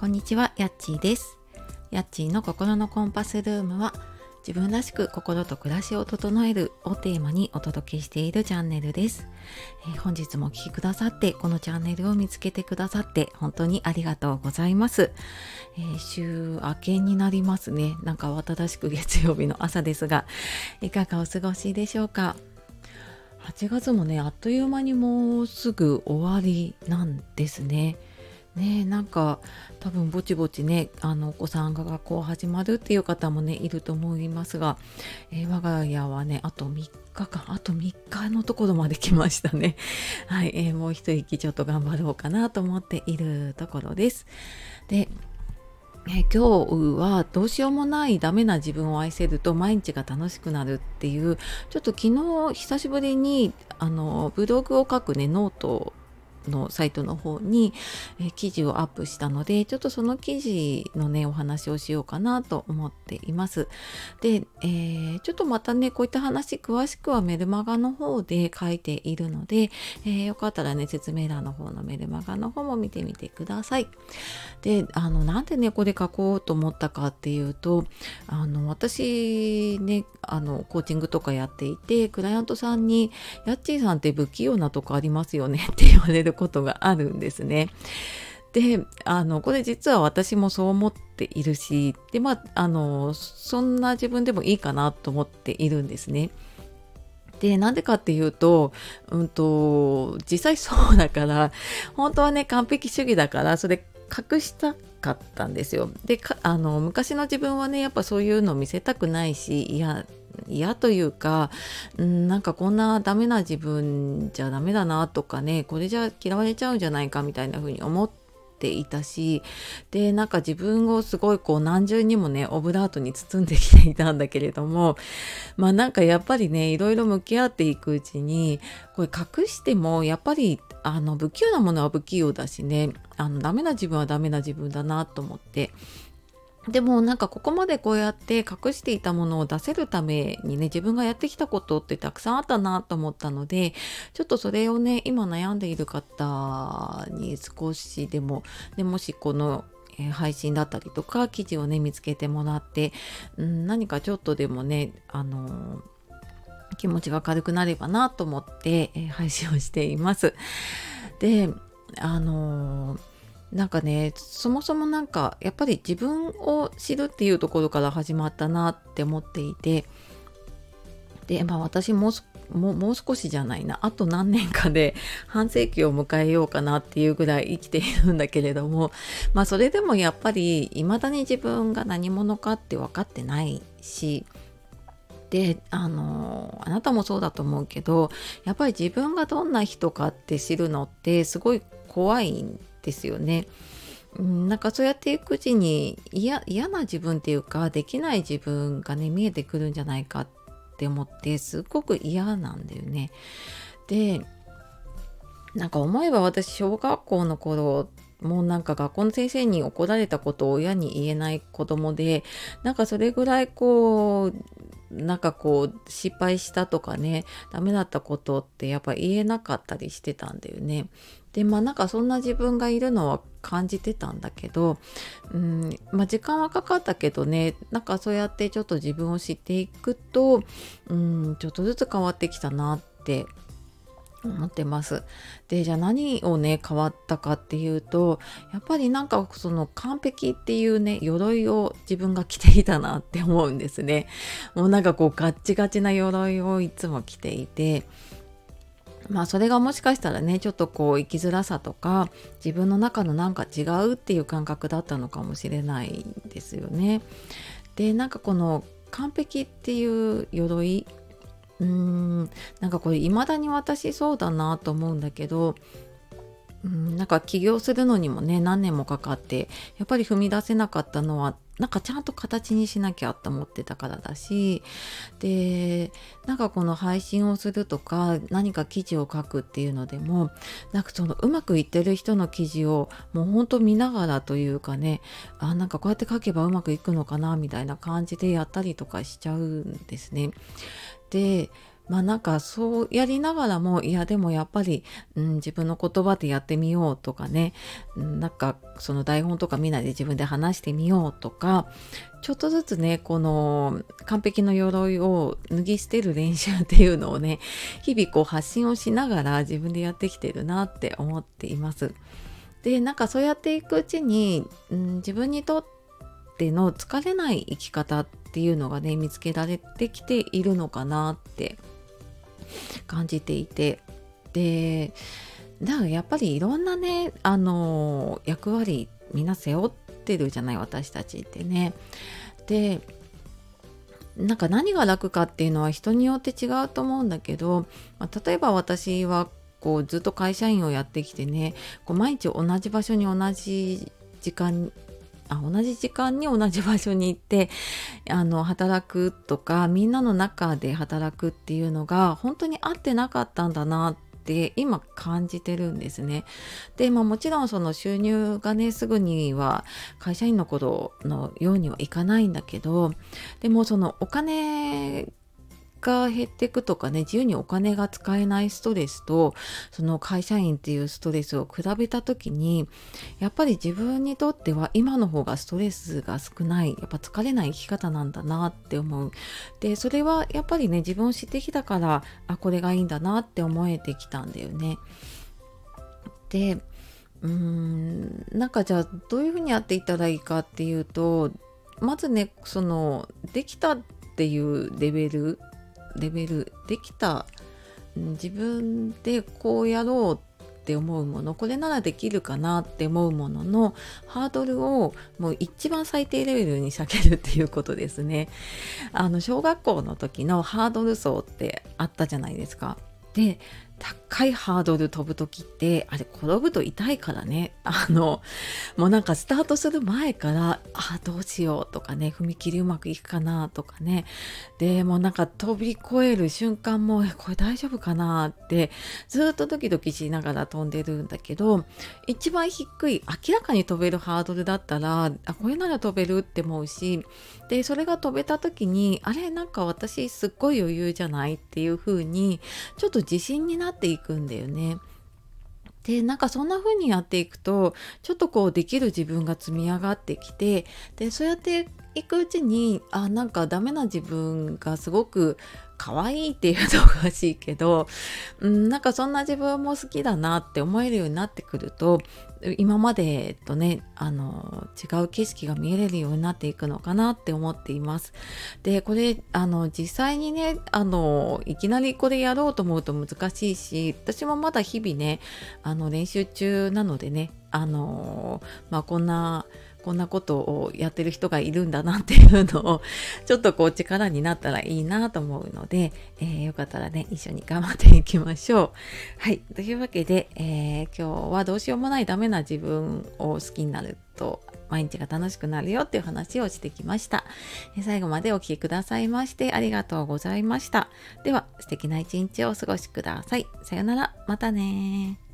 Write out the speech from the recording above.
んにちは、やっちーです。やっちーの心のコンパスルームは、自分らしく心と暮らしを整えるをテーマにお届けしているチャンネルです。本日もお聞きくださって、このチャンネルを見つけてくださって本当にありがとうございます。週明けになりますね。なんか慌ただしく月曜日の朝ですが、いかがお過ごしでしょうか。8月もね、あっという間にもうすぐ終わりなんですね。なんか多分ぼちぼちね、お子さんが学校始まるっていう方もねいると思いますが、我が家はねあと3日間、あと3日のところまで来ましたね。はい、もう一息ちょっと頑張ろうかなと思っているところです。で、今日はどうしようもないダメな自分を愛せると毎日が楽しくなるっていう、ちょっと昨日久しぶりにブログを書くねノートのサイトの方に、記事をアップしたので、ちょっとその記事のねお話をしようかなと思っています。で、ちょっとまたねこういった話詳しくはメルマガの方で書いているので、よかったらね説明欄の方のメルマガの方も見てみてください。で、なんでねこれ書こうと思ったかっていうと、私ねコーチングとかやっていて、クライアントさんにやっちーさんって不器用なとこありますよねって言われることがあるんですね。で、これ実は私もそう思っているし、で、そんな自分でもいいかなと思っているんですね。で、なんでかっていうと、実際そうだから、本当はね、完璧主義だから、それ隠したかったんですよ。で、昔の自分はね、やっぱそういうの見せたくないし、嫌というか、なんかこんなダメな自分じゃダメだなとかね、これじゃ嫌われちゃうんじゃないかみたいな風に思っていたし、でなんか自分をすごいこう何重にもねオブラートに包んできていたんだけれども、なんかやっぱりねいろいろ向き合っていくうちに、これ隠してもやっぱり不器用なものは不器用だしね、ダメな自分はダメな自分だなと思って、でもなんかここまでこうやって隠していたものを出せるためにね、自分がやってきたことってたくさんあったなと思ったので、ちょっとそれをね今悩んでいる方に少しでも、もしこの配信だったりとか記事をね見つけてもらって、何かちょっとでもね気持ちが軽くなればなと思って、配信をしています。で、なんかね、そもそもなんかやっぱり自分を知るっていうところから始まったなって思っていて、で、私もう少しじゃないな、あと何年かで半世紀を迎えようかなっていうぐらい生きているんだけれども、それでもやっぱり未だに自分が何者かって分かってないし、で、あなたもそうだと思うけど、やっぱり自分がどんな人かって知るのってすごい怖いんですよね。なんかそうやっていくうちに嫌な自分っていうか、できない自分がね見えてくるんじゃないかって思って、すごく嫌なんだよね。で、なんか思えば私小学校の頃もうなんか学校の先生に怒られたことを親に言えない子供で、なんかそれぐらいこうなんかこう失敗したとかね、ダメだったことってやっぱ言えなかったりしてたんだよね。で、なんかそんな自分がいるのは感じてたんだけど、時間はかかったけどね、なんかそうやってちょっと自分を知っていくと、ちょっとずつ変わってきたなって思ってます。で、じゃあ何をね変わったかっていうと、やっぱりなんかその完璧っていうね鎧を自分が着ていたなって思うんですね。もうなんかこうガッチガチな鎧をいつも着ていて、それがもしかしたらねちょっとこう生きづらさとか自分の中のなんか違うっていう感覚だったのかもしれないんですよね。で、なんかこの完璧っていう鎧、なんかこれ未だに私そうだなと思うんだけど、なんか起業するのにもね何年もかかって、やっぱり踏み出せなかったのはなんかちゃんと形にしなきゃって思ってたからだし、でなんかこの配信をするとか何か記事を書くっていうのでも、なんかそのうまくいってる人の記事をもうほんと見ながらというかね、なんかこうやって書けばうまくいくのかなみたいな感じでやったりとかしちゃうんですね。で、 なんかそうやりながらも、いやでもやっぱり、自分の言葉でやってみようとかね、なんかその台本とか見ないで自分で話してみようとか、ちょっとずつね、この完璧の鎧を脱ぎ捨てる練習っていうのをね、日々こう発信をしながら自分でやってきてるなって思っています。で、なんかそうやっていくうちに、自分にとっての疲れない生き方っていうのがね、見つけられてきているのかなって感じていて、で、だからやっぱりいろんなね、役割みんな背負ってるじゃない、私たちってね。で、なんか何が楽かっていうのは人によって違うと思うんだけど、例えば私はこうずっと会社員をやってきてね、こう毎日同じ場所に同じ時間同じ時間に同じ場所に行って働くとか、みんなの中で働くっていうのが本当に合ってなかったんだなって今感じてるんですね。で、もちろんその収入がね、すぐには会社員の頃のようにはいかないんだけど、でもそのお金が減っていくとかね、自由にお金が使えないストレスと、その会社員っていうストレスを比べた時に、やっぱり自分にとっては今の方がストレスが少ない、やっぱ疲れない生き方なんだなって思う。で、それはやっぱりね、自分を知ってきたから、これがいいんだなって思えてきたんだよね。で、なんかじゃあどういうふうにやっていったらいいかっていうと、まずね、そのできたっていうレベルできた、自分でこうやろうって思うもの、これならできるかなって思うもののハードルをもう一番最低レベルに下げるっていうことですね。小学校の時のハードル走ってあったじゃないですか。で、高いハードル飛ぶ時ってあれ転ぶと痛いからね、もうなんかスタートする前からどうしようとかね、踏み切りうまくいくかなとかね、でもうなんか飛び越える瞬間もこれ大丈夫かなってずっとドキドキしながら飛んでるんだけど、一番低い明らかに飛べるハードルだったらこれなら飛べるって思うし、でそれが飛べた時になんか私すっごい余裕じゃないっていう風にちょっと自信になっていくんだよね。で、なんかそんな風にやっていくと、ちょっとこうできる自分が積み上がってきて、で、そうやっていくうちに、なんかダメな自分がすごく可愛いっていうとおかしいけど、なんかそんな自分も好きだなって思えるようになってくると、今までとね、違う景色が見えれるようになっていくのかなって思っています。で、これ、実際にね、いきなりこれやろうと思うと難しいし、私もまだ日々ね、練習中なのでね、こんなことをやってる人がいるんだなっていうのをちょっとこう力になったらいいなと思うので、よかったらね、一緒に頑張っていきましょう。はい。というわけで、今日はどうしようもないダメな自分を好きになると毎日が楽しくなるよっていう話をしてきました。最後までお聞きくださいましてありがとうございました。では素敵な一日をお過ごしください。さよなら。またね。